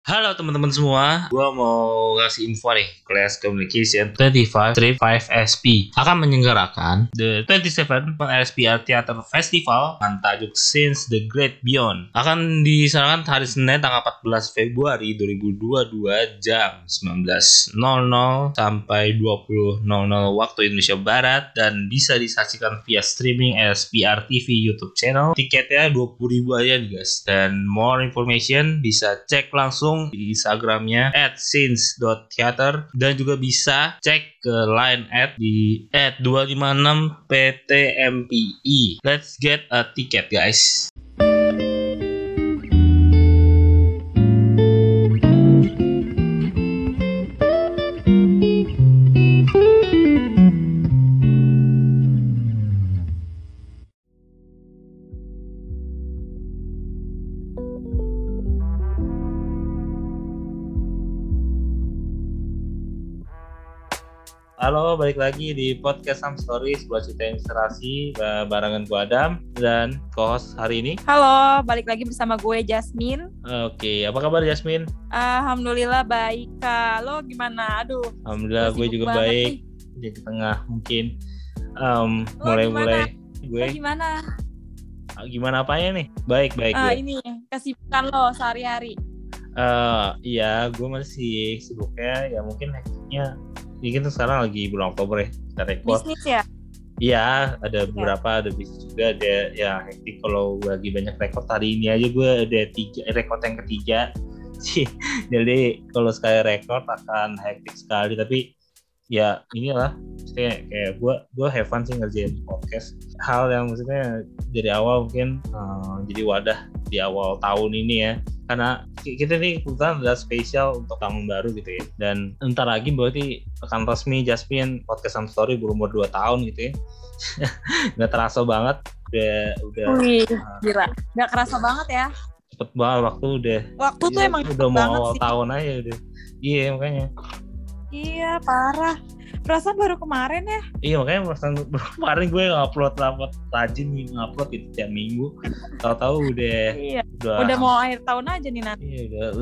Halo teman-teman semua, gua mau ngasih info nih. Class Communication 25-5SP akan menyelenggarakan The 27 LSPR Theater Festival dengan tajuk Since the Great Beyond. Akan diselenggarakan hari Senin tanggal 14 Februari 2022 jam 19.00 sampai 20.00 waktu Indonesia Barat dan bisa disaksikan via streaming LSPR TV YouTube channel. Tiketnya 20.000 aja guys. Dan more information bisa cek langsung di Instagramnya @since.theater dan juga bisa cek ke line di @256ptmpi. Let's get a ticket guys. Halo, balik lagi di podcast Some Story, sebuah cerita inspirasi barengan gue Adam dan co-host hari ini. Halo, balik lagi bersama gue Jasmine. Oke, apa kabar Jasmine? Alhamdulillah baik, Kak. Lo gimana? Aduh. Alhamdulillah gue juga baik. Di tengah mungkin mulai-mulai gue. Lo gimana? Gimana apanya nih? Baik. Ini kesibukan lo sehari-hari. Iya, gue masih sibuknya ya mungkin hektiknya. Ini kita sekarang lagi bulan Oktober ya, kita rekord. Bisnis ya? Iya, ada beberapa, ada bisnis juga, ada ya hektik kalau lagi banyak rekord. Hari ini aja gue ada 3 rekord yang ketiga sih. Jadi kalau sekali rekord akan hektik sekali, tapi ya inilah maksudnya kayak gue have fun sih ngerjain podcast. Hal yang maksudnya dari awal mungkin jadi wadah di awal tahun ini ya. Karena kita nih kebetulan adalah spesial untuk tahun baru gitu ya. Dan entar lagi berarti akan resmi Jasmine Podcast Some Story berumur 2 tahun gitu ya. Nggak terasa banget. Udah Wih, gila. Nggak kerasa banget ya. Cepet banget waktu udah. Waktu tuh emang udah mau awal sih. Tahun aja udah. Iya makanya. Iya, parah. Perasaan baru kemarin ya? Iya makanya kemarin gue ngupload rajin ngupload gitu tiap minggu. Tahu-tahu udah mau akhir tahun aja nih nanti. Iya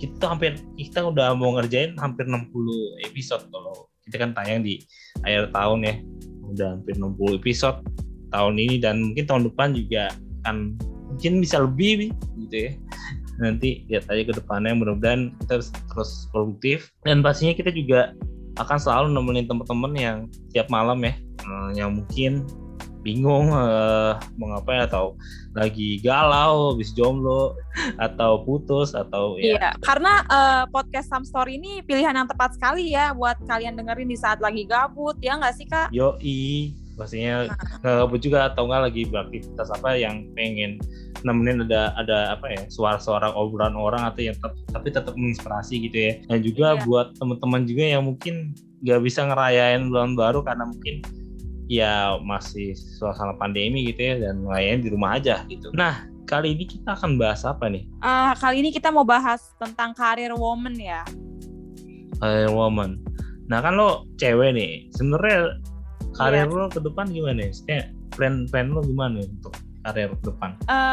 kita udah mau ngerjain hampir 60 episode kalau kita kan tayang di akhir tahun ya. Udah hampir 60 episode tahun ini dan mungkin tahun depan juga akan mungkin bisa lebih gitu ya. Nanti lihat aja ke depannya, mudah-mudahan kita terus produktif dan pastinya kita juga akan selalu nemenin teman-teman yang tiap malam ya, yang mungkin bingung mau ngapain atau lagi galau, habis jomblo atau putus atau ya. Iya, karena podcast Some Story ini pilihan yang tepat sekali ya buat kalian dengerin di saat lagi gabut, ya nggak sih Kak? Yoi, pastinya gabut juga atau nggak lagi beraktivitas apa yang pengen nemenin ada apa ya suara-suara obrolan orang atau yang tapi tetap menginspirasi gitu ya. Dan juga buat teman-teman juga yang mungkin nggak bisa ngerayain bulan baru karena mungkin ya masih suasana pandemi gitu ya dan ngerayain di rumah aja gitu. Nah kali ini kita akan bahas apa nih? Kali ini kita mau bahas tentang career woman ya. Career woman. Nah kan lo cewek nih, sebenarnya karir lo ke depan gimana? Maksudnya plan lo gimana untuk karir ke depan?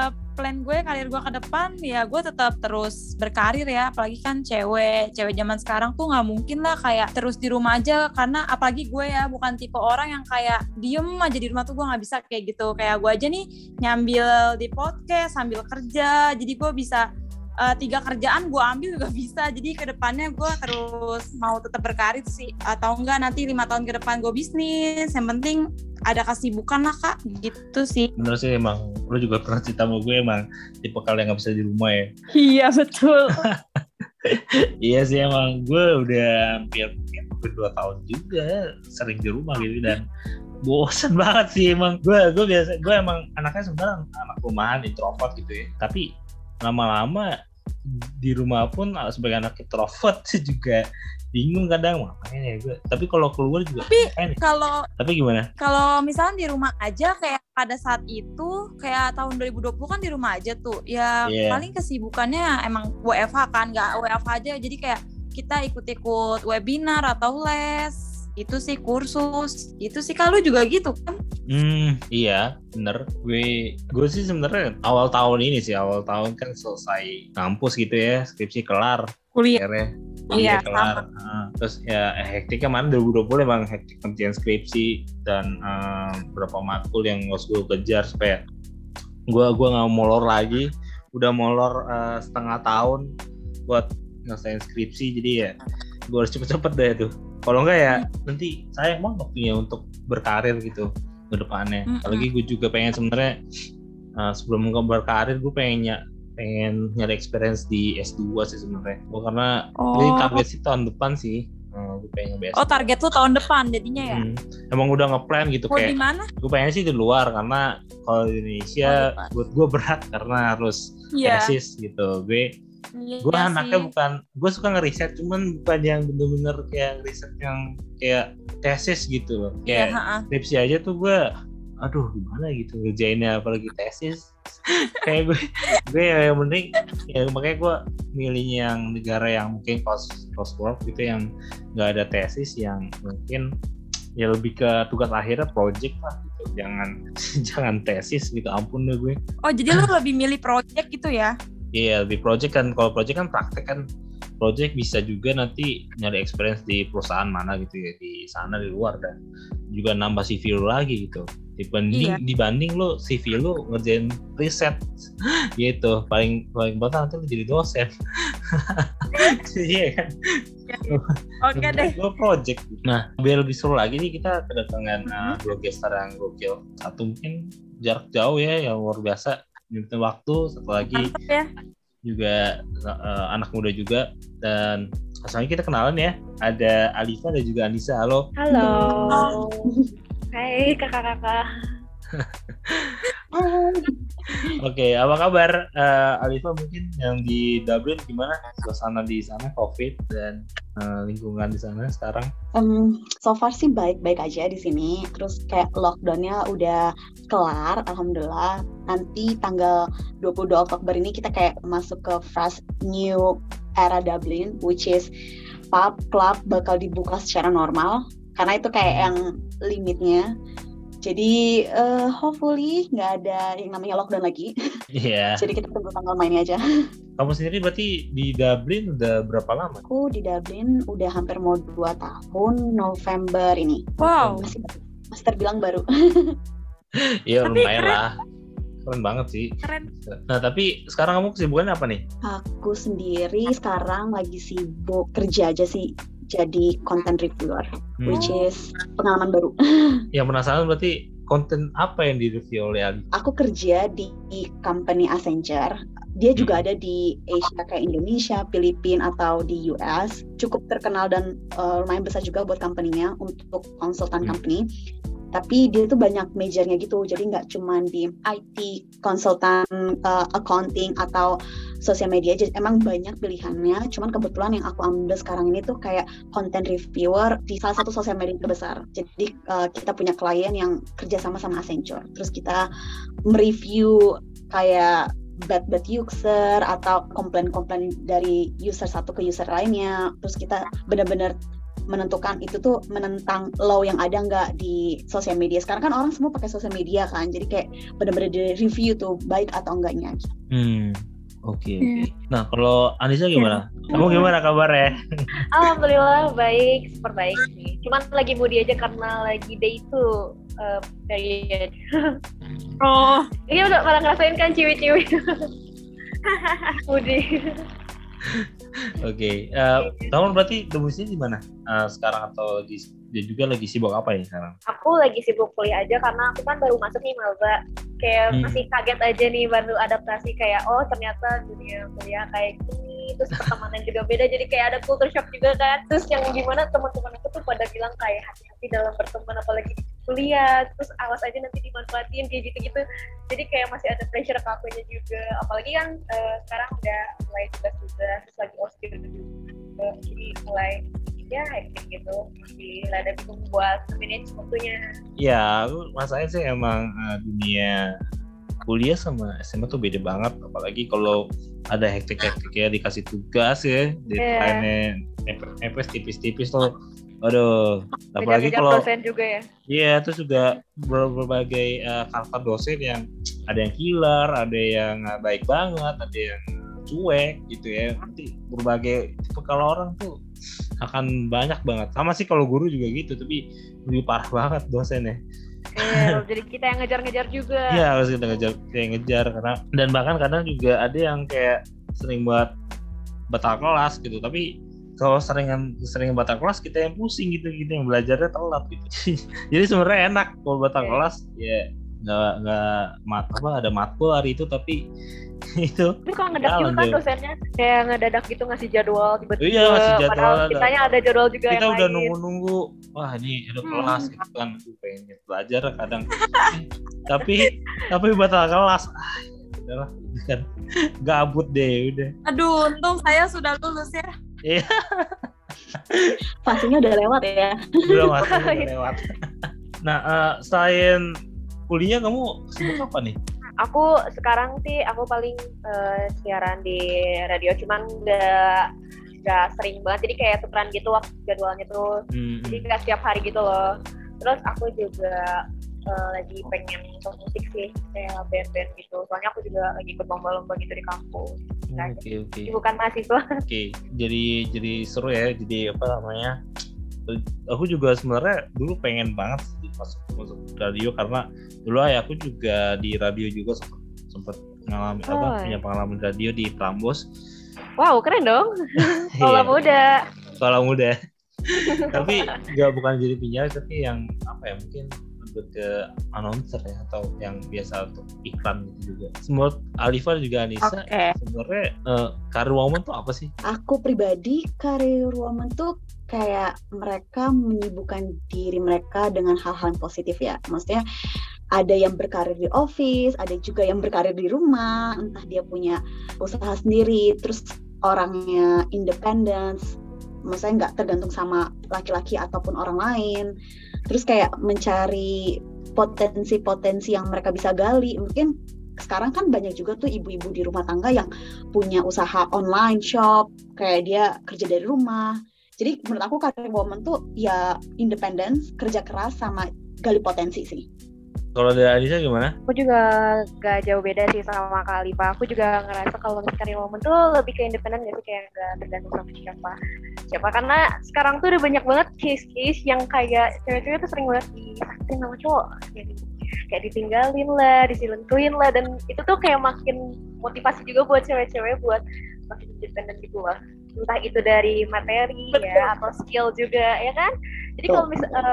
Karir gue ke depan ya gue tetap terus berkarir ya, apalagi kan cewek zaman sekarang tuh nggak mungkin lah kayak terus di rumah aja, karena apalagi gue ya bukan tipe orang yang kayak diem aja di rumah tuh, gue nggak bisa kayak gitu. Kayak gue aja nih nyambil di podcast sambil kerja, jadi gue bisa 3 kerjaan gue ambil juga bisa. Jadi kedepannya gue terus mau tetap berkarir sih, atau enggak nanti 5 tahun ke depan gue bisnis, yang penting ada kesibukan lah Kak, gitu sih. Bener sih, emang lu juga pernah cerita sama gue emang tipe kalian gak bisa di rumah ya. Iya betul. Iya sih, emang gue udah hampir 2 tahun juga sering di rumah gitu dan bosan banget sih emang. Gue emang anaknya sebenarnya anak rumahan, introvert gitu ya, tapi lama-lama di rumah pun sebagai anak introvert juga bingung kadang makanya gue. Tapi kalau keluar juga. Tapi gimana? Kalau misalnya di rumah aja kayak pada saat itu kayak tahun 2020 kan di rumah aja tuh. Ya paling kesibukannya emang WFH kan, nggak WFH aja. Jadi kayak kita ikut-ikut webinar atau les itu sih kursus. Itu sih kalau juga gitu kan. Iya, bener. Gue sih sebenarnya awal tahun kan selesai kampus gitu ya, skripsi kelar, Kuliah. akhirnya Iya, kelar. Terus ya hektik kemarin 2020 emang hektik kerjaan skripsi dan beberapa matkul yang harus gue kejar supaya gue nggak molor lagi. Udah molor setengah tahun buat nyelesain skripsi, jadi ya gue harus cepet-cepet deh tuh. Kalau enggak ya nanti sayang banget waktunya untuk berkarir gitu ke depannya. Apalagi gue juga pengen sebenarnya sebelum gue berkarir gue pengen nyari experience di S2 sih sebenarnya. Karena jadi target sih tahun depan sih. Gue pengen nge-S2. Oh, target lu tahun depan jadinya ya? Emang udah nge-plan gitu kayak. Di mana? Gue pengen sih di luar karena kalau di Indonesia buat gue berat karena harus tesis gitu. Gue anaknya gue suka ngeriset, cuman bukan yang bener-bener kayak riset yang kayak tesis gitu loh. Kayak skripsi aja tuh gue, aduh gimana gitu ngerjainnya, apalagi tesis. Kayak gue yang penting ya, makanya gue milih yang negara yang mungkin close work gitu, yang nggak ada tesis, yang mungkin ya lebih ke tugas akhirnya project lah gitu. Jangan tesis gitu, ampun deh gue. Oh, jadi lu lebih milih project gitu ya? Iya, lebih project kan. Kalau project kan praktek kan. Project bisa juga nanti nyari experience di perusahaan mana gitu ya, di sana di luar, dan juga nambah CV lu lagi gitu. Dibanding lu CV lu ngerjain riset gitu. Paling bakal nanti lu jadi dosen. Iya kan. Oke deh. Gue project. Nah, biar lebih seru lagi nih, kita kedatangan dua gestar yang gokil. Satu mungkin jarak jauh ya, yang luar biasa. Nyempetin waktu. Satu lagi juga anak muda juga, dan langsung kita kenalan ya. Ada Alifa dan juga Anissa. Halo. Hai kakak-kakak. Oke, apa kabar Alifa, mungkin yang di Dublin gimana suasana di sana, COVID dan lingkungan di sana sekarang? So far sih baik-baik aja di sini. Terus kayak lockdownnya udah kelar, alhamdulillah. Nanti tanggal 22 Oktober ini kita kayak masuk ke fresh new era Dublin, which is pub, club bakal dibuka secara normal. Karena itu kayak yang limitnya. Jadi hopefully nggak ada yang namanya lockdown lagi. Iya. Jadi kita tunggu tanggal mainnya aja. Kamu sendiri berarti di Dublin udah berapa lama? Aku di Dublin udah hampir mau 2 tahun, November ini. Wow. Masih terbilang baru. Iya, lumayan lah. Keren banget sih. Keren. Nah, tapi sekarang kamu kesibukannya apa nih? Aku sendiri sekarang lagi sibuk kerja aja sih. Jadi content reviewer, which is pengalaman baru. Yang penasaran berarti konten apa yang direview oleh Ali? Aku kerja di company Accenture. Dia juga ada di Asia kayak Indonesia, Filipina atau di US. Cukup terkenal dan lumayan besar juga buat company-nya untuk konsultan company. Tapi dia tuh banyak majornya gitu, jadi nggak cuma di IT, konsultan, accounting, atau sosial media aja. Emang banyak pilihannya, cuman kebetulan yang aku ambil sekarang ini tuh kayak content reviewer di salah satu sosial media terbesar. Jadi kita punya klien yang kerja sama Accenture, terus kita mereview kayak bad user atau komplain-komplain dari user satu ke user lainnya. Terus kita benar-benar menentukan itu tuh menentang law yang ada nggak di sosial media. Sekarang kan orang semua pakai sosial media kan, jadi kayak benar-benar di review tuh baik atau enggaknya. Oke. Nah, kalau Anissa gimana? Kamu gimana kabarnya? Alhamdulillah baik, super baik sih. Cuman lagi moody aja karena lagi day itu period. Ini udah pada ngerasain kan ciwi-ciwi. Moody. Oke. Kamu berarti domisili di mana sekarang, atau dia juga lagi sibuk apa ya sekarang? Aku lagi sibuk kuliah aja karena aku kan baru masuk nih Malba. Kayak masih kaget aja nih, baru adaptasi kayak ternyata dunia kuliah kayak gini, terus pertemanan juga beda, jadi kayak ada culture shock juga kan. Terus yang gimana teman-teman aku tuh pada bilang kayak hati-hati dalam berteman apalagi di kuliah, terus awas aja nanti dimanfaatin kayak gitu-gitu. Jadi kayak masih ada pressure ke akunya juga, apalagi kan sekarang udah mulai tugas-tugas, terus lagi ospir juga, jadi mulai ya hektik gitu, masih ada bingung buat manage waktunya. Ya, masalahnya sih emang dunia kuliah sama SMA tuh beda banget, apalagi kalau ada hektik-hektik ya, dikasih tugas ya, deadline-nya tipis-tipis tuh Aduh, apalagi Ngejar-ngejar kalau dosen juga ya. iya terus juga berbagai karakter dosen yang ada yang killer, ada yang baik banget, ada yang cuek gitu ya. Nanti berbagai tipe kalau orang tuh akan banyak banget. Sama sih kalau guru juga gitu, tapi lebih parah banget dosennya. Jadi kita yang ngejar-ngejar juga. Iya harus kita ngejar karena dan bahkan kadang juga ada yang kayak sering buat batal kelas gitu, tapi kalau sering batal kelas kita yang pusing gitu yang belajarnya telat gitu. Jadi sebenarnya enak kalau batal kelas ya nggak ada matkul hari itu, tapi itu tapi kalau ngedak juga kan dosennya kayak ngedadak gitu ngasih jadwal tiba-tiba. Iya ngasih jadwal, padahal kitanya ada jadwal juga kita yang udah lain. nunggu wah ini ada kelas gitu kan, pengen belajar kadang tapi batal kelas udahlah kan gabut deh udah. Aduh, untung saya sudah lulus ya. Iya. Fasenya udah lewat ya. Udah lewat. Nah, selain kuliah kamu sibuk apa nih? Aku sekarang sih aku paling siaran di radio, cuman nggak sering banget, jadi kayak tukeran gitu waktu jadwalnya tuh. Jadi nggak setiap hari gitu loh. Terus aku juga lagi pengen musik sih, kayak band-band gitu. Soalnya aku juga lagi ikut lomba-lomba gitu di kampus. Oke. Bukan mahasiswa. Oke. Jadi seru ya. Jadi apa namanya? Aku juga sebenarnya dulu pengen banget masuk radio karena dulu ayahku juga di radio juga sempat ngalamin punya pengalaman radio di Prambos. Wow, keren dong. Kalau muda. Tapi bukan jadi penyiar, tapi yang apa ya, mungkin lebih ke announcer ya, atau yang biasa untuk iklan gitu juga. Menurut Alifa juga Anissa, sebenarnya karir woman tuh apa sih? Aku pribadi karir woman tuh kayak mereka menyibukkan diri mereka dengan hal-hal yang positif ya. Maksudnya ada yang berkarir di office, ada juga yang berkarir di rumah, entah dia punya usaha sendiri, terus orangnya independence, maksudnya nggak tergantung sama laki-laki ataupun orang lain. Terus kayak mencari potensi-potensi yang mereka bisa gali. Mungkin sekarang kan banyak juga tuh ibu-ibu di rumah tangga yang punya usaha online shop, kayak dia kerja dari rumah. Jadi menurut aku karir woman tuh ya independence, kerja keras, sama gali potensi sih. Kalau dari Anissa gimana? Aku juga gak jauh beda sih sama Kak Alifa. Aku juga ngerasa kalau karir woman tuh lebih ke independen gitu, kayak gak tergantung sama siapa. Karena sekarang tuh udah banyak banget case-case yang kayak cewek-cewek tuh sering banget disakitin sama cowok. Kayak ditinggalin lah, diselingkuhin lah, dan itu tuh kayak makin motivasi juga buat cewek-cewek buat makin independen gitu lah. Entah itu dari materi ya atau skill juga ya kan. Jadi kalau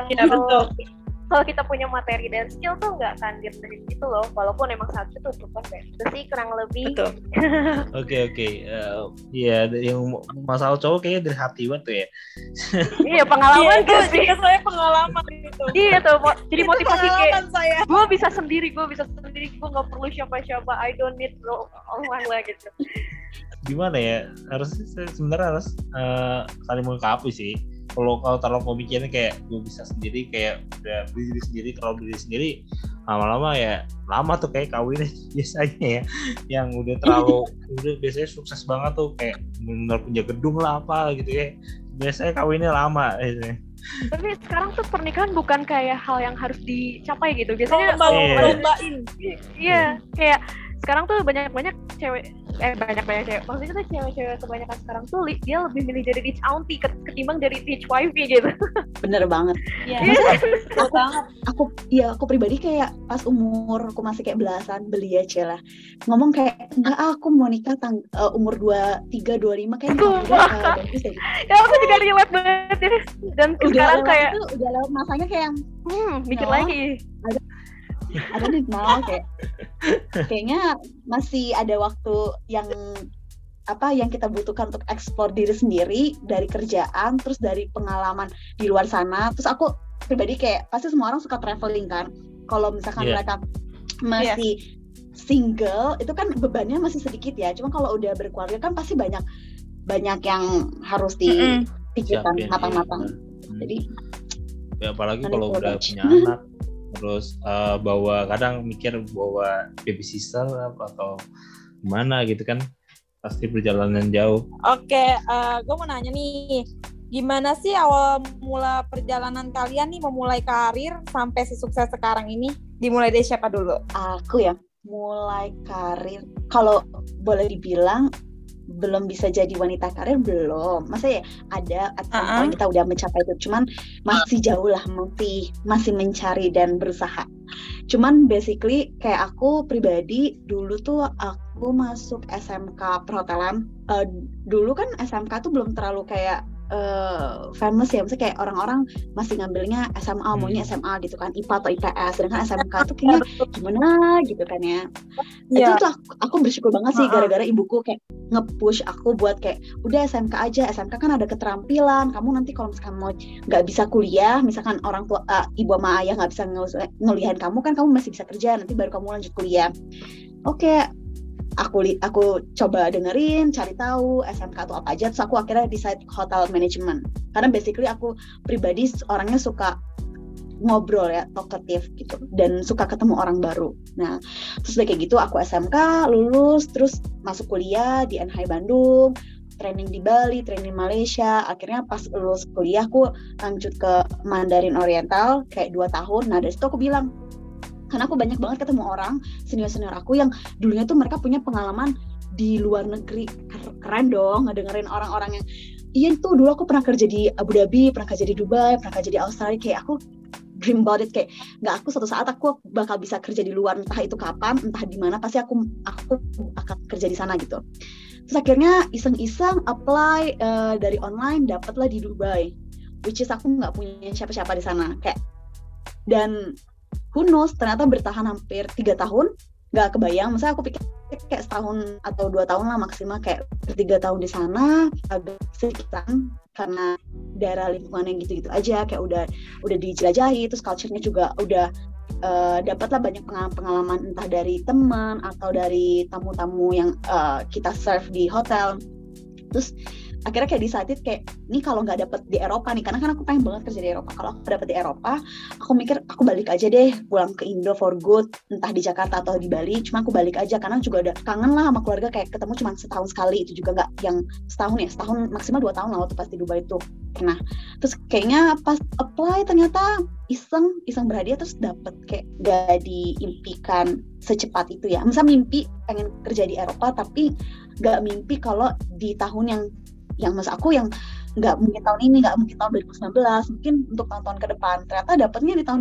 kalau kita punya materi dan skill tuh nggak akan direndahin gitu loh, walaupun emang satu tuh perempuan kayak itu sih kurang lebih. Betul. Oke. Iya, yang masalah cowok kayaknya dari hati banget tuh ya. Iya, pengalaman tuh sih. Saya pengalaman gitu. Iya tuh, jadi motivasi kayak gue bisa sendiri, gue nggak perlu siapa-siapa, I don't need orang lah gitu. Gimana ya, sebenarnya harus saling melengkapi sih. Kalau terlalu mikirnya kayak gue bisa sendiri, kayak udah berdiri sendiri, kalau berdiri sendiri lama-lama ya lama tuh kayak kawinnya biasanya ya, yang udah biasanya sukses banget tuh kayak benar punya gedung lah apa gitu ya, biasanya kawinnya lama biasanya. Tapi sekarang tuh pernikahan bukan kayak hal yang harus dicapai gitu, biasanya lombain. Iya, kayak sekarang tuh banyak cewek, maksudnya tuh cewek-cewek kebanyakan sekarang tuh dia lebih milih jadi rich auntie ketimbang jadi rich wifey gitu. Bener banget. Iya. Aku pribadi kayak pas aku masih kayak belasan belia celah ngomong kayak enggak, aku mau nikah umur 23, 25 kayak bagus deh. Ya aku juga relate banget ya. Dan sekarang kayak udah lewat masanya kayak mikir lagi. Ada nih kayaknya masih ada waktu yang kita butuhkan untuk eksplor diri sendiri dari kerjaan, terus dari pengalaman di luar sana. Terus aku pribadi kayak pasti semua orang suka traveling kan. Kalau misalkan mereka masih single, itu kan bebannya masih sedikit ya. Cuma kalau udah berkeluarga kan pasti banyak yang harus dipikirkan matang-matang. Jadi ya, apalagi kalau udah punya anak. Terus kadang mikir bawa baby sister atau gimana gitu kan, pasti perjalanan jauh. Oke, gue mau nanya nih, Gimana sih awal mula perjalanan kalian nih memulai karir sampai sesukses sekarang ini? Dimulai dari siapa dulu? Aku ya, mulai karir, kalau boleh dibilang belum bisa jadi wanita karir, belum. Masa ya ada atau kita udah mencapai itu, cuman masih jauh lah, masih mencari dan berusaha. Cuman basically kayak aku pribadi dulu tuh aku masuk SMK perhotelan. Dulu kan SMK tuh belum terlalu kayak famous ya, maksudnya kayak orang-orang masih ngambilnya SMA, maunya SMA gitu kan, IPA atau IPS, sedangkan SMK tuh kayaknya gimana gitu kan ya. Itu tuh aku bersyukur banget sih, gara-gara ibuku kayak nge-push aku buat kayak udah SMK aja, SMK kan ada keterampilan, kamu nanti kalau misalkan mau nggak bisa kuliah, misalkan orang tua ibu sama ayah nggak bisa ngelihat kamu kan, kamu masih bisa kerja, nanti baru kamu lanjut kuliah. Oke. Aku coba dengerin, cari tahu SMK itu apa aja, terus aku akhirnya decide hotel management. Karena basically aku pribadi orangnya suka ngobrol ya, talkative gitu, dan suka ketemu orang baru. Nah, terus kayak gitu aku SMK lulus, terus masuk kuliah di NHI Bandung, training di Bali, training Malaysia. Akhirnya pas lulus kuliah aku lanjut ke Mandarin Oriental kayak 2 tahun. Nah, dari situ aku bilang, karena aku banyak banget ketemu orang senior-senior aku yang dulunya tuh mereka punya pengalaman di luar negeri. Keren dong ngedengerin orang-orang yang iya tuh dulu aku pernah kerja di Abu Dhabi, pernah kerja di Dubai, pernah kerja di Australia. Kayak aku dream about it, kayak nggak, aku suatu saat aku bakal bisa kerja di luar, entah itu kapan, entah di mana, pasti aku akan kerja di sana gitu. Terus akhirnya iseng-iseng apply dari online, dapatlah di Dubai, which is aku nggak punya siapa-siapa di sana kayak, dan who knows, ternyata bertahan hampir 3 tahun, nggak kebayang. Misalnya aku pikir kayak setahun atau 2 tahun lah maksimal, kayak 3 tahun di sana agak sekitan karena daerah lingkungan yang gitu-gitu aja, kayak udah dijelajahi, terus culture-nya juga udah dapatlah banyak pengalaman entah dari teman atau dari tamu-tamu yang kita serve di hotel. Terus akhirnya kayak decided kayak, ini kalau nggak dapet di Eropa nih, karena kan aku pengen banget kerja di Eropa. Kalau aku dapet di Eropa, aku mikir aku balik aja deh, pulang ke Indo for good, entah di Jakarta atau di Bali. Cuma aku balik aja karena juga udah kangen lah sama keluarga, kayak ketemu cuma setahun sekali, itu juga nggak yang setahun ya, setahun maksimal 2 tahun lah waktu pas di Dubai itu. Nah, terus kayaknya pas apply ternyata iseng berhadiah, terus dapet, kayak gak diimpikan secepat itu ya. Misalnya mimpi pengen kerja di Eropa, tapi gak mimpi kalau di tahun yang mas aku yang nggak mungkin tahun ini, nggak mungkin tahun 2019, mungkin untuk tahun-tahun ke depan. Ternyata dapetnya di tahun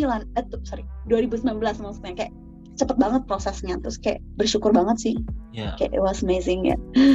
2019 maksudnya, kayak cepet banget prosesnya. Terus kayak bersyukur banget sih, kayak it was amazing ya.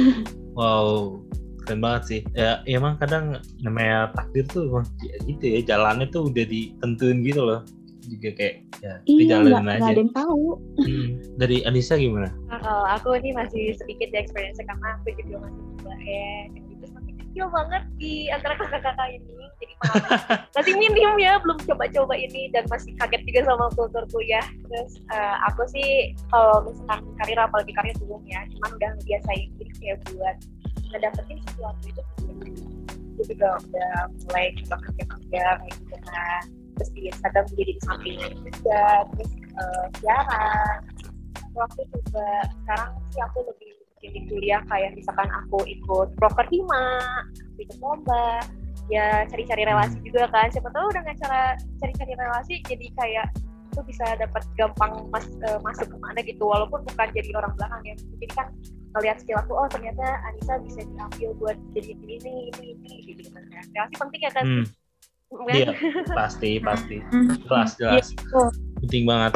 Wow, keren banget sih. Ya emang kadang namanya takdir tuh gitu ya, jalannya tuh udah ditentuin gitu loh. Juga kayak ya jalanin aja. Iya, nggak ada yang tahu. Dari Anissa gimana? Kalau aku ini masih sedikit ya experience, karena aku juga masih coba ya, gitu masih kecil banget di antara kakak-kakak ini, jadi masih minim ya, belum coba-coba ini, dan masih kaget juga sama kultur kuliah. Terus aku sih kalau misalkan karir, apalagi karir belum ya, cuman udah ngebiasain diri kayak buat ngedapetin sesuatu itu. Aku juga udah mulai coba kerja kayak gitu kan. Terus di Instagram jadi di samping juga, terus siaran. Waktu juga sekarang sih aku lebih jadi kuliah kayak misalkan aku ikut properti ikut lomba, ya cari-cari relasi juga kan. Siapa tahu dengan cara cari-cari relasi jadi kayak aku bisa dapat gampang masuk kemana gitu, walaupun bukan jadi orang belakang ya. Jadi kan ngelihat skill aku, oh ternyata Anissa bisa diambil buat jadi ini gitu kan. Relasi penting ya kan. Iya, pasti jelas penting banget.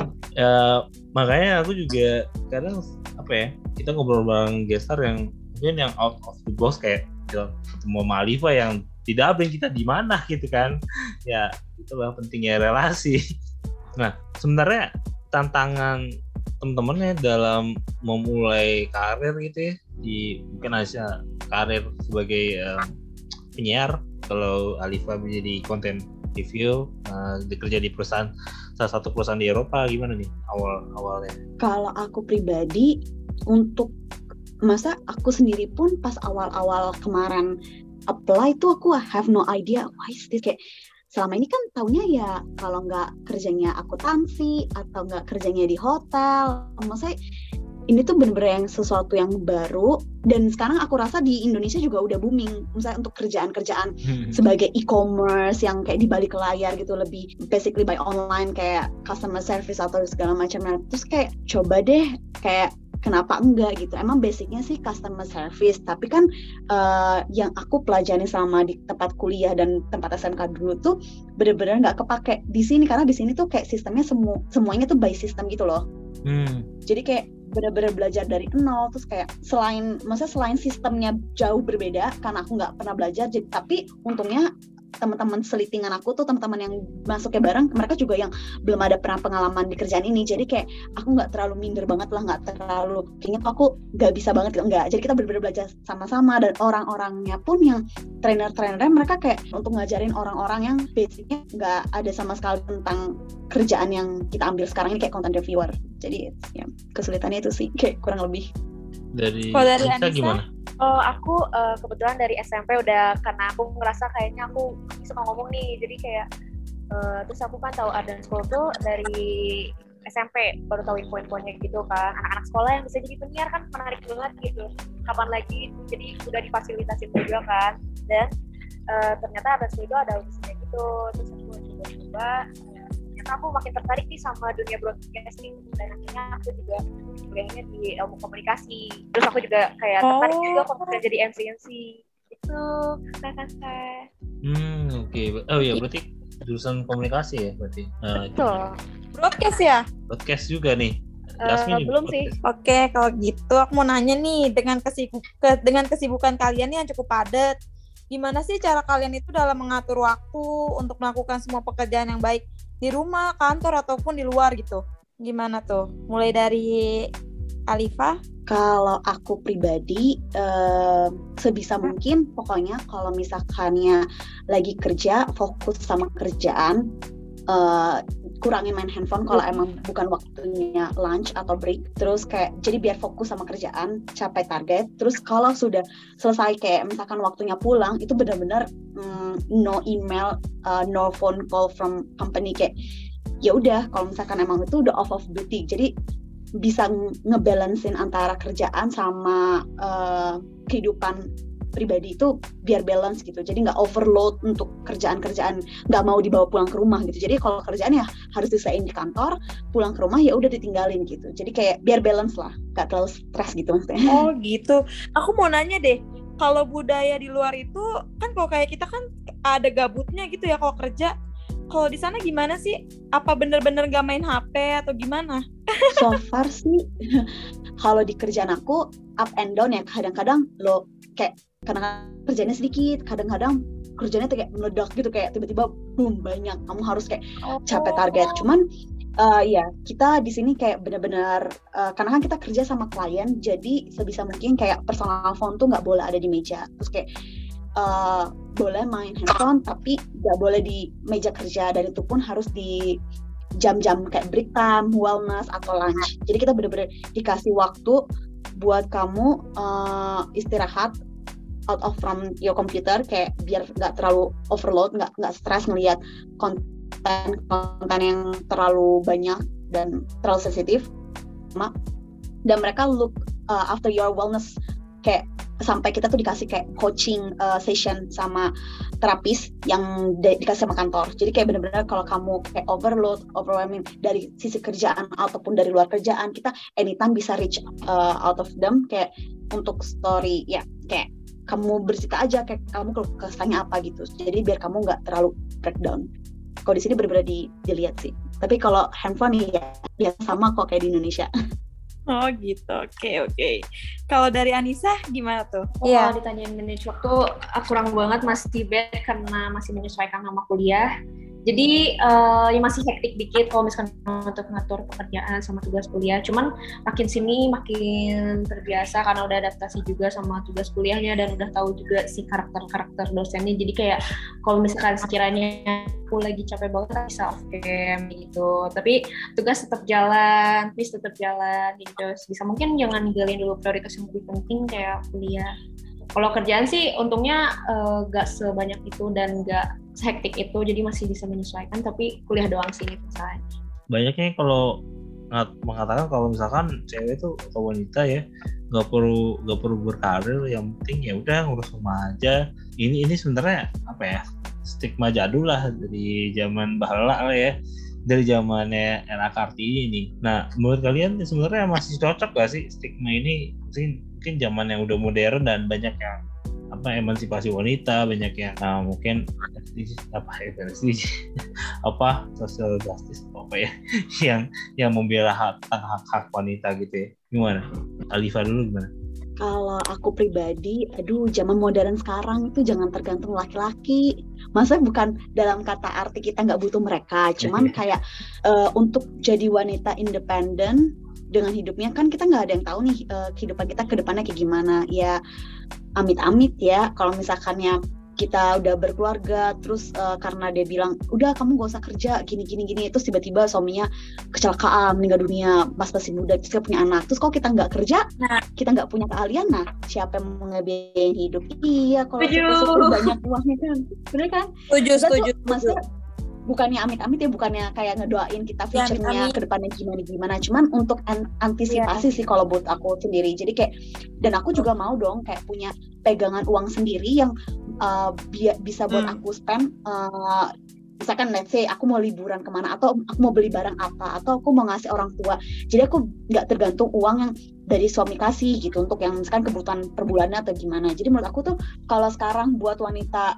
Makanya aku juga kadang kita ngobrol bareng gestar yang mungkin yang out of the box, kayak ketemu sama Alifa yang tidak update kita di mana gitu kan. Ya itulah pentingnya relasi. Nah sebenarnya tantangan teman-teman ya dalam memulai karir gitu ya, di mungkin aja karir sebagai penyiar. Kalau Alifa menjadi content review, bekerja di salah satu perusahaan di Eropa, gimana nih awalnya? Kalau aku pribadi, untuk masa aku sendiri pun pas awal-awal kemarin apply tuh aku have no idea why is this, kayak selama ini kan taunya ya kalau nggak kerjanya akuntansi atau nggak kerjanya di hotel, maksudnya ini tuh bener-bener yang sesuatu yang baru, dan sekarang aku rasa di Indonesia juga udah booming, misalnya untuk kerjaan-kerjaan sebagai e-commerce yang kayak di balik layar gitu, lebih basically by online kayak customer service atau segala macamnya. Terus kayak coba deh, kayak kenapa enggak gitu. Emang basicnya sih customer service, tapi kan yang aku pelajari selama di tempat kuliah dan tempat SMK dulu tuh bener-bener nggak kepake di sini, karena di sini tuh kayak sistemnya semuanya tuh by system gitu loh. Jadi kayak benar-benar belajar dari nol. Terus kayak selain sistemnya jauh berbeda karena aku nggak pernah belajar, tapi untungnya teman-teman selitingan aku tuh, teman-teman yang masuknya bareng, mereka juga yang belum ada pernah pengalaman di kerjaan ini. Jadi kayak aku nggak terlalu minder banget lah, nggak terlalu kayaknya aku nggak bisa banget gitu, enggak. Jadi kita benar-benar belajar sama-sama, dan orang-orangnya pun yang trainer-trainernya mereka kayak untuk ngajarin orang-orang yang basicnya nggak ada sama sekali tentang kerjaan yang kita ambil sekarang ini, kayak content reviewer. Jadi ya kesulitannya itu sih kayak kurang lebih. Dari Anissa gimana? Aku kebetulan dari SMP udah, karena aku ngerasa kayaknya aku suka ngomong nih, jadi kayak terus aku kan tahu Art dan School tuh dari SMP, baru tahu info-infonya gitu kan. Anak-anak sekolah yang bisa jadi penyiar kan menarik banget gitu, kapan lagi, jadi udah difasilitasin juga kan. Dan ternyata Art dan School itu ada audisinya gitu, terus aku coba-coba, ternyata aku makin tertarik nih sama dunia broadcasting, dan akhirnya aku juga kuliahnya di ilmu komunikasi. Terus aku juga kayak tertarik juga kalau bisa jadi MC itu kakak. Oke. Oh iya, berarti jurusan komunikasi ya berarti. Betul. Broadcast ya? Podcast juga nih. Yasmin Belum sih. Oke, kalau gitu aku mau nanya nih, dengan kesibukan kalian nih yang cukup padat, gimana sih cara kalian itu dalam mengatur waktu untuk melakukan semua pekerjaan yang baik di rumah, kantor, ataupun di luar gitu? Gimana tuh? Mulai dari Alifa? Kalau aku pribadi, sebisa mungkin pokoknya kalau misalkannya lagi kerja, fokus sama kerjaan, kurangin main handphone kalau emang bukan waktunya lunch atau break. Terus kayak jadi biar fokus sama kerjaan, capai target. Terus kalau sudah selesai kayak misalkan waktunya pulang, itu benar-benar no email, no phone call from company, kayak ya udah kalau misalkan emang itu udah off of duty. Jadi bisa ngebalancein antara kerjaan sama kehidupan pribadi itu biar balance gitu. Jadi nggak overload untuk kerjaan-kerjaan, nggak mau dibawa pulang ke rumah gitu. Jadi kalau kerjaan ya harus diselesain di kantor, pulang ke rumah ya udah ditinggalin gitu. Jadi kayak biar balance lah, nggak terlalu stres gitu maksudnya. Oh gitu. Aku mau nanya deh, kalau budaya di luar itu kan kalau kayak kita kan ada gabutnya gitu ya kalau kerja. Kalau di sana gimana sih? Apa bener-bener gak main HP atau gimana? So far sih, kalau di kerjaan aku up and down ya. Kadang-kadang lo kayak kadang-kadang kerjanya sedikit, kadang-kadang kerjanya tuh kayak meledak gitu, kayak tiba-tiba boom banyak. Kamu harus kayak capai target. Cuman ya kita di sini kayak benar-benar karena kan kita kerja sama klien, jadi sebisa mungkin kayak personal phone tuh nggak boleh ada di meja. Terus kayak boleh main handphone tapi nggak boleh di meja kerja, dan itu pun harus di jam-jam kayak break time, wellness atau lunch. Jadi kita benar-benar dikasih waktu buat kamu istirahat out of from your computer, kayak biar nggak terlalu overload, nggak stres ngelihat konten yang terlalu banyak dan terlalu sensitif. Dan mereka look after your wellness, kayak sampai kita tuh dikasih kayak coaching session sama terapis yang dikasih sama kantor. Jadi kayak benar-benar kalau kamu kayak overwhelming dari sisi kerjaan ataupun dari luar kerjaan, kita anytime bisa reach out of them, kayak untuk story ya, kayak kamu bercerita aja kayak kamu kesahnya apa gitu. Jadi biar kamu nggak terlalu breakdown. Kalau di sini benar-benar dilihat sih. Tapi kalau handphone ya sama kok kayak di Indonesia. Oh gitu, oke. Kalau dari Anissa gimana tuh? Kalau ditanyain manage waktu, kurang banget, masih bad karena masih menyesuaikan sama kuliah. Jadi ya masih hektik dikit kalau misalkan untuk ngatur pekerjaan sama tugas kuliah. Cuman makin sini makin terbiasa karena udah adaptasi juga sama tugas kuliahnya dan udah tahu juga si karakter dosennya. Jadi kayak kalau misalkan sekiranya aku lagi capek banget bisa off cam gitu. Tapi tugas tetap jalan, please tetap jalan gitu. Bisa mungkin jangan ninggalin dulu prioritas yang lebih penting kayak kuliah. Kalau kerjaan sih untungnya gak sebanyak itu dan gak sehektik itu, jadi masih bisa menyesuaikan, tapi kuliah doang sih itu saja. Banyaknya kalau mengatakan kalau misalkan cewek tuh atau wanita ya nggak perlu berkarir, yang penting ya udah ngurus rumah aja. Ini sebenarnya apa ya, stigma jadul lah dari zaman bahala lah ya, dari zamannya era Kartini nih. Nah, menurut kalian sebenarnya masih cocok gak sih stigma ini? Mungkin zaman yang udah modern dan banyak yang emansipasi wanita, banyak yang mungkin social justice apa ya yang membela hak wanita gitu ya. Gimana? Alifa dulu gimana? Kalau aku pribadi, zaman modern sekarang itu jangan tergantung laki-laki. Maksudnya bukan dalam kata arti kita nggak butuh mereka, cuman kayak untuk jadi wanita independen dengan hidupnya, kan kita nggak ada yang tahu nih kehidupan kita ke depannya kayak gimana. Ya amit-amit ya, kalau misalkannya kita udah berkeluarga, terus karena dia bilang, udah kamu gak usah kerja, gini, terus tiba-tiba suaminya kecelakaan, meninggal dunia, masih muda, terus kita punya anak, terus kalau kita nggak kerja, kita nggak punya keahlian, nah siapa yang mau ngebiayain hidup? Iya, kalau sepupu banyak uangnya kan, bener kan? Setuju. Maksudnya bukannya amit-amit ya, bukannya kayak ngedoain kita future-nya ke depannya gimana, cuman untuk antisipasi sih kalau buat aku sendiri. Jadi kayak, dan aku juga mau dong kayak punya pegangan uang sendiri yang bisa buat aku spend, misalkan let's say aku mau liburan kemana, atau aku mau beli barang apa, atau aku mau ngasih orang tua. Jadi aku nggak tergantung uang yang dari suami kasih gitu untuk yang misalkan kebutuhan per bulannya atau gimana. Jadi menurut aku tuh kalau sekarang buat wanita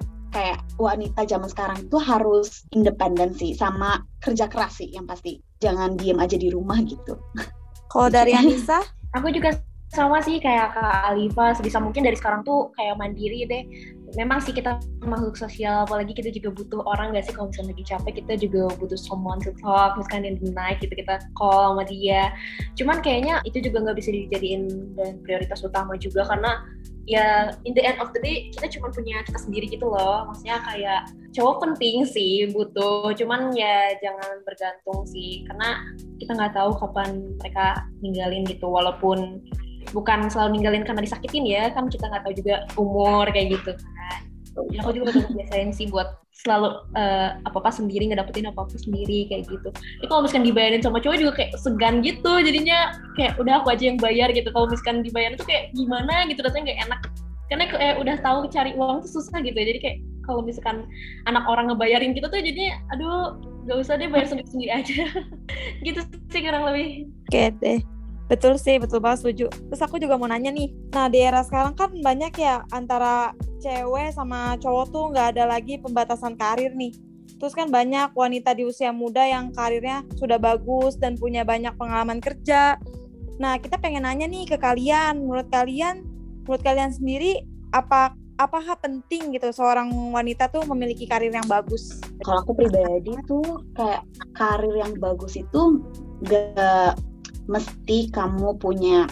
zaman sekarang itu harus independen sih, sama kerja keras sih yang pasti. Jangan diem aja di rumah gitu. Kalau dari Anissa? Aku juga sama sih kayak Kak Alifa, sebisa mungkin dari sekarang tuh kayak mandiri deh. Memang sih kita makhluk sosial, apalagi kita juga butuh orang gak sih, kalau misalnya lagi capek kita juga butuh someone to talk, misalkan in the night gitu kita call sama dia. Cuman kayaknya itu juga gak bisa dijadiin dan prioritas utama juga, karena ya in the end of the day kita cuma punya kita sendiri gitu loh. Maksudnya kayak cowok penting sih, butuh, cuman ya jangan bergantung sih, karena kita nggak tahu kapan mereka ninggalin gitu. Walaupun bukan selalu ninggalin karena disakitin ya, kan kita nggak tahu juga umur kayak gitu kan. Ya, aku juga udah biasain sih buat selalu apa-apa sendiri, ngedapetin apa-apa sendiri kayak gitu. Tapi kalau misalkan dibayarin sama cowok juga kayak segan gitu, jadinya kayak udah aku aja yang bayar gitu. Kalau misalkan dibayarin tuh kayak gimana gitu, rasanya nggak enak. Karena kayak udah tahu cari uang tuh susah gitu ya. Jadi kayak kalau misalkan anak orang ngebayarin kita tuh jadinya aduh gak usah deh, bayar sendiri-sendiri aja. Gitu sih kurang lebih. Oke deh. Betul sih, betul banget, setuju. Terus aku juga mau nanya nih, nah di era sekarang kan banyak ya antara cewek sama cowok tuh nggak ada lagi pembatasan karir nih. Terus kan banyak wanita di usia muda yang karirnya sudah bagus dan punya banyak pengalaman kerja. Nah kita pengen nanya nih ke kalian, menurut kalian sendiri apakah penting gitu seorang wanita tuh memiliki karir yang bagus? Kalau aku pribadi tuh kayak karir yang bagus itu gak mesti kamu punya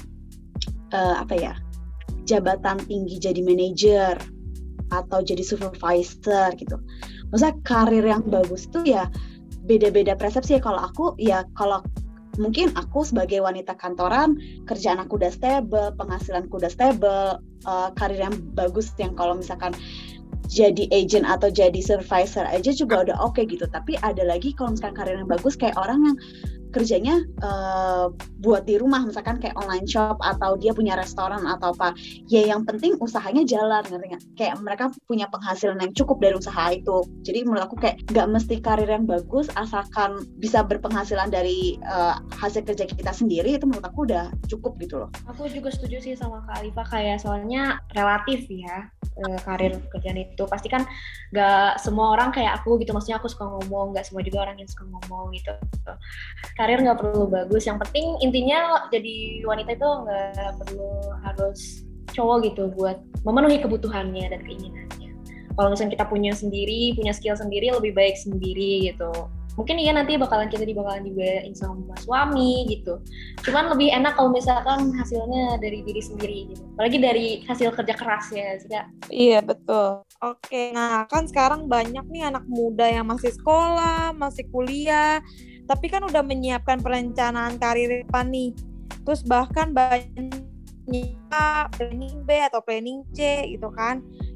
jabatan tinggi jadi manajer atau jadi supervisor gitu. Maksudnya karir yang bagus itu ya beda-beda persepsi ya. Kalau aku ya, kalau mungkin aku sebagai wanita kantoran, kerjaan aku udah stable, penghasilanku udah stable, karir yang bagus yang kalau misalkan jadi agent atau jadi supervisor aja juga udah oke gitu. Tapi ada lagi kalau misalkan karir yang bagus kayak orang yang kerjanya buat di rumah, misalkan kayak online shop atau dia punya restoran atau apa. Ya yang penting usahanya jalan, ngerti nggak? Kayak mereka punya penghasilan yang cukup dari usaha itu. Jadi menurut aku kayak nggak mesti karir yang bagus, asalkan bisa berpenghasilan dari hasil kerja kita sendiri, itu menurut aku udah cukup gitu loh. Aku juga setuju sih sama Kak Alifa, kayak soalnya relatif ya karir kerjaan itu. Pasti kan nggak semua orang kayak aku gitu, maksudnya aku suka ngomong, nggak semua juga orang yang suka ngomong gitu. Karir nggak perlu bagus, yang penting intinya jadi wanita itu nggak perlu harus cowok gitu buat memenuhi kebutuhannya dan keinginannya. Kalau misalnya kita punya skill sendiri, lebih baik sendiri gitu. Mungkin iya nanti bakalan dibayarin sama suami gitu. Cuman lebih enak kalau misalkan hasilnya dari diri sendiri gitu. Apalagi dari hasil kerja keras ya sih Kak. Iya betul. Oke, nah kan sekarang banyak nih anak muda yang masih sekolah, masih kuliah, tapi kan udah menyiapkan perencanaan karir depan nih. Terus bahkan banyak planning B atau planning C gitu kan.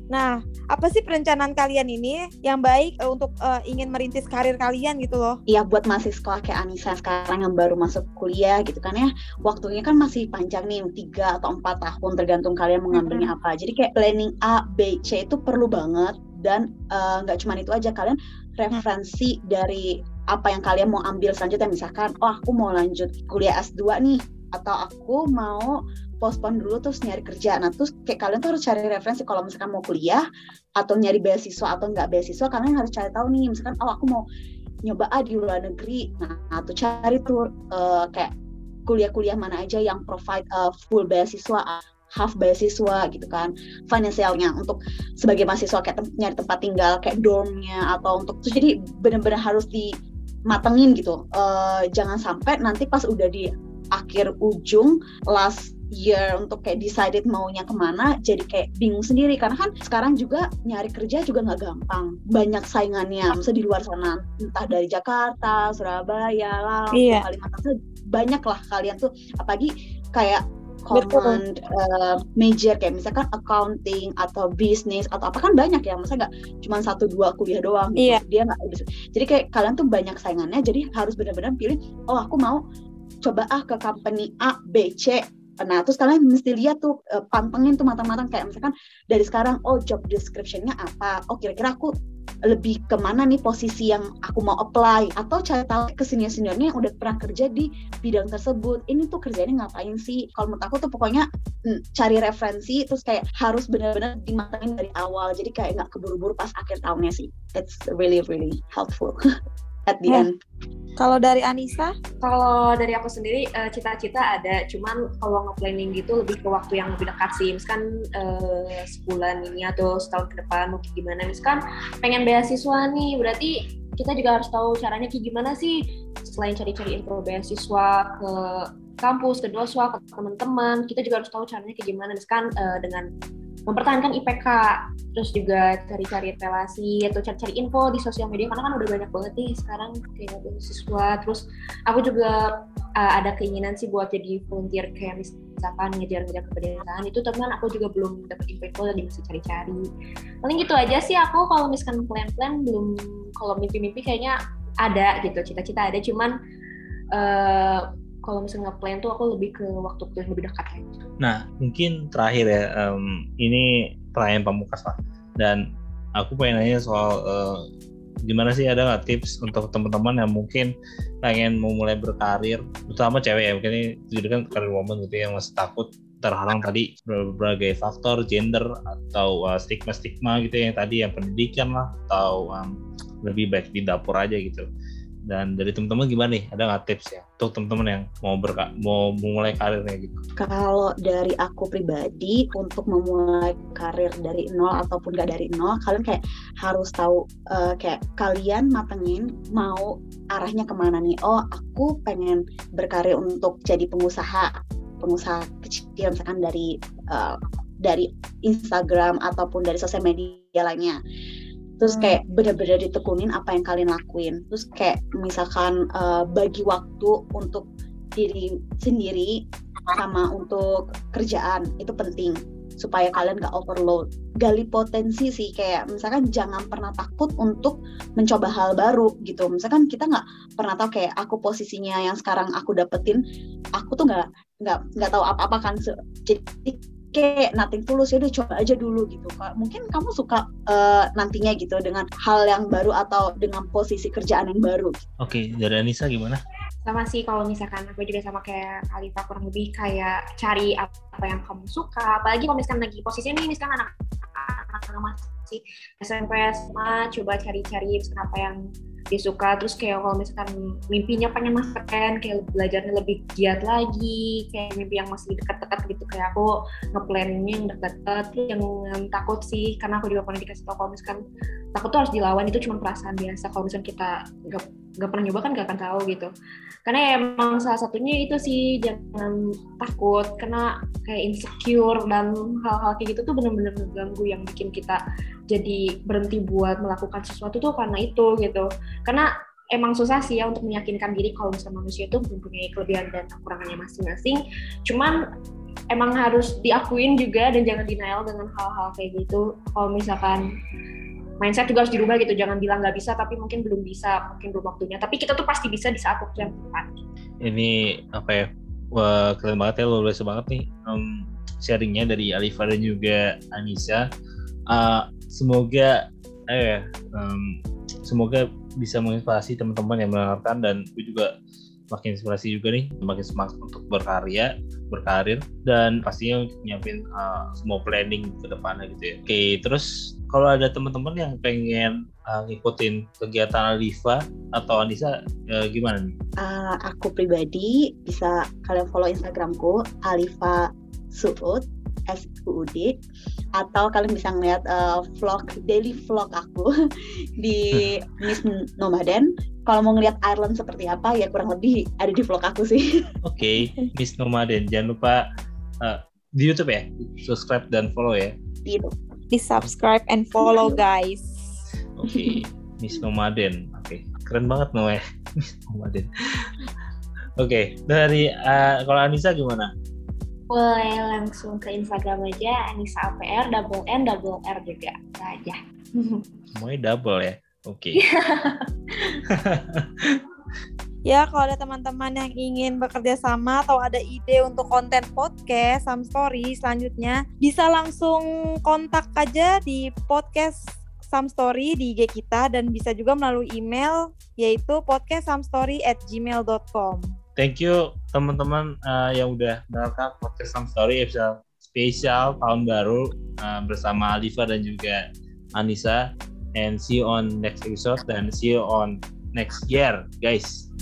Nah, apa sih perencanaan kalian ini yang baik untuk ingin merintis karir kalian gitu loh? Iya, buat mahasiswa kayak Anissa sekarang yang baru masuk kuliah gitu kan ya, waktunya kan masih panjang nih, 3 atau 4 tahun tergantung kalian mengambilnya apa. Jadi kayak planning A, B, C itu perlu banget. Dan nggak cuma itu aja, kalian referensi dari apa yang kalian mau ambil selanjutnya. Misalkan, oh aku mau lanjut kuliah S2 nih, atau aku mau postpone dulu terus nyari kerja. Nah terus kayak kalian tuh harus cari referensi kalau misalkan mau kuliah atau nyari beasiswa atau nggak beasiswa, kalian harus cari tahu nih, misalkan oh aku mau nyoba di luar negeri. Nah tuh cari tuh kayak kuliah-kuliah mana aja yang provide full beasiswa, half beasiswa gitu kan, finansialnya untuk sebagai mahasiswa, kayak nyari tempat tinggal kayak dormnya atau untuk terus. Jadi benar-benar harus dimatengin gitu. Jangan sampai nanti pas udah di akhir ujung last year untuk kayak decided maunya kemana, jadi kayak bingung sendiri. Karena kan sekarang juga nyari kerja juga nggak gampang, banyak saingannya. Misalnya di luar sana, entah dari Jakarta, Surabaya, Lampung, Kalimantan, banyak lah kalian tuh, apalagi kayak common major kayak misalkan accounting atau bisnis atau apa kan banyak ya, maksudnya nggak cuma 1-2 kuliah doang gitu. Dia nggak bisa. Jadi kayak kalian tuh banyak saingannya, jadi harus benar-benar pilih, oh aku mau coba ke company A, B, C. Nah terus kalian mesti lihat tuh, pantengin tuh matang-matang, kayak misalkan dari sekarang, oh job description-nya apa, oh kira-kira aku lebih kemana nih posisi yang aku mau apply, atau cari tahu ke senior-seniornya yang udah pernah kerja di bidang tersebut, ini tuh kerjanya ngapain sih. Kalau menurut aku tuh pokoknya cari referensi, terus kayak harus benar-benar dimatangin dari awal, jadi kayak nggak keburu-buru pas akhir tahunnya sih. It's really really helpful at the end. Kalau dari Anissa? Kalau dari aku sendiri, cita-cita ada, cuman kalau nge-planning gitu lebih ke waktu yang lebih dekat sih. Misalkan sebulan ini atau setahun ke depan mungkin gimana. Misalkan pengen beasiswa nih, berarti kita juga harus tahu caranya kayak gimana sih. Selain cari-cari info beasiswa ke kampus, ke doswa, ke teman-teman, kita juga harus tahu caranya kayak gimana. Misalkan dengan mempertahankan IPK, terus juga cari-cari relasi atau cari-cari info di sosial media, karena kan udah banyak banget nih sekarang kayak beasiswa. Terus aku juga ada keinginan sih buat jadi volunteer, kayak misalkan ngejar-ngejar kepedesan itu, teman aku juga belum dapat info, jadi masih cari-cari. Paling gitu aja sih aku. Kalau misalkan plan-plan belum, kalau mimpi-mimpi kayaknya ada gitu, cita-cita ada, cuman kalau misalnya nge-plan tuh aku lebih ke waktu yang lebih dekat ya. Nah, mungkin terakhir ya, ini pertanyaan pamungkas lah. Dan aku pengen nanya soal gimana sih, ada nggak tips untuk teman-teman yang mungkin pengen memulai berkarir, terutama cewek ya, mungkin ini jadi kan karir woman gitu yang masih takut terhalang tadi berbagai faktor, gender atau stigma-stigma gitu yang tadi, yang pendidikan lah, atau lebih baik di dapur aja gitu. Dan dari teman-teman gimana nih? Ada nggak tips ya untuk teman-teman yang mau memulai karirnya gitu? Kalau dari aku pribadi, untuk memulai karir dari nol ataupun nggak dari nol, kalian kayak harus tahu kayak kalian matengin mau arahnya kemana nih. Oh, aku pengen berkarir untuk jadi pengusaha kecil, misalkan dari Instagram ataupun dari sosial media lainnya. Terus kayak benar-benar ditekunin apa yang kalian lakuin. Terus kayak misalkan bagi waktu untuk diri sendiri sama untuk kerjaan, itu penting supaya kalian gak overload. Gali potensi sih, kayak misalkan jangan pernah takut untuk mencoba hal baru gitu. Misalkan kita gak pernah tahu, kayak aku posisinya yang sekarang aku dapetin, aku tuh gak tahu apa-apa kan. Jadi kayak nothing tulus, ya udah coba aja dulu gitu. Mungkin kamu suka nantinya gitu dengan hal yang baru atau dengan posisi kerjaan yang baru. Oke, dari Anissa gimana? Sama sih, kalau misalkan aku juga sama kayak Alifa, kurang lebih kayak cari apa yang kamu suka. Apalagi kalau misalkan lagi posisinya nih, misalkan anak masih SMP, SMA, coba cari-cari misalkan apa yang dia suka. Terus kayak kalau misalkan mimpinya pengen masuk PTN, kayak belajarnya lebih giat lagi, kayak mimpi yang masih dekat-dekat gitu, kayak aku nge-planningnya yang dekat-dekat. Yang takut sih, karena aku juga pernah dikasih tau kalau misalkan takut tuh harus dilawan, itu cuma perasaan biasa. Kalau misalkan kita gak pernah nyoba kan gak akan tahu gitu. Karena emang salah satunya itu sih, jangan takut, karena kayak insecure dan hal-hal kayak gitu tuh benar-benar mengganggu, yang bikin kita jadi berhenti buat melakukan sesuatu tuh karena itu gitu. Karena emang susah sih ya untuk meyakinkan diri kalau misalnya manusia itu mempunyai kelebihan dan kekurangannya masing-masing. Cuman emang harus diakuin juga dan jangan denial dengan hal-hal kayak gitu. Kalau misalkan mindset juga harus dirubah gitu, jangan bilang nggak bisa tapi mungkin belum bisa, mungkin belum waktunya, tapi kita tuh pasti bisa di saat waktu yang tepat. Ini apa ya? Wah, keren banget ya, luar biasa banget nih sharingnya dari Alifa dan juga Anissa. Semoga semoga bisa menginspirasi teman-teman yang mendengarkan, dan gue juga makin inspirasi juga nih, makin semangat untuk berkarir, dan pastinya nyiapin semua planning ke depannya gitu ya. Oke, terus kalau ada teman-teman yang pengen ngikutin kegiatan Alifa atau Anissa, gimana nih? Aku pribadi bisa kalian follow Instagramku Alifa Suud SUUD, atau kalian bisa ngeliat daily vlog aku di Miss Nomaden. Kalau mau ngeliat Ireland seperti apa ya kurang lebih ada di vlog aku sih. Oke, Miss Nomaden, jangan lupa di YouTube ya, subscribe dan follow ya. Di subscribe and follow guys. Oke, Miss Nomaden. Oke, keren banget namanya Miss Nomaden. Oke, dari kalau Anissa gimana? Boleh langsung ke Instagram aja, Anissa APR, double N, double R juga. Itu aja. Semuanya double ya? Oke. Ya, kalau ada teman-teman yang ingin bekerja sama atau ada ide untuk konten podcast Some Story selanjutnya, bisa langsung kontak aja di podcast Some Story di IG kita, dan bisa juga melalui email yaitu podcastsomstory@gmail.com. Thank you teman-teman yang udah mendengarkan podcast Some Story episode spesial tahun baru bersama Alifa dan juga Anissa, and see you on next episode dan see you on next year guys.